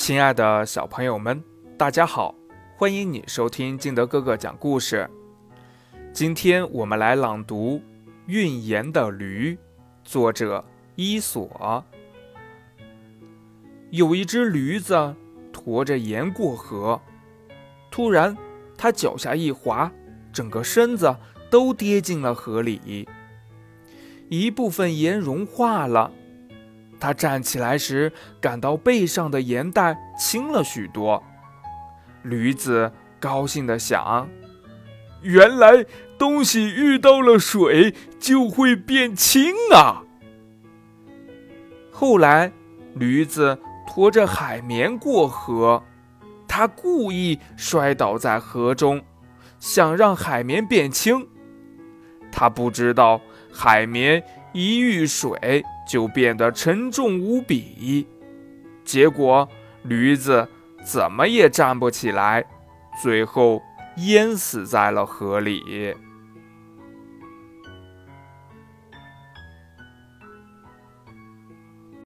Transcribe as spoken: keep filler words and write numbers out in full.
亲爱的小朋友们，大家好，欢迎你收听金德哥哥讲故事。今天我们来朗读《运盐的驴》，作者伊索。有一只驴子驮着盐过河，突然它脚下一滑，整个身子都跌进了河里，一部分盐融化了。他站起来时，感到背上的盐袋轻了许多。驴子高兴地想，原来东西遇到了水就会变轻啊。后来驴子驮着海绵过河，他故意摔倒在河中，想让海绵变轻。他不知道海绵一遇水就变得沉重无比，结果驴子怎么也站不起来，最后淹死在了河里。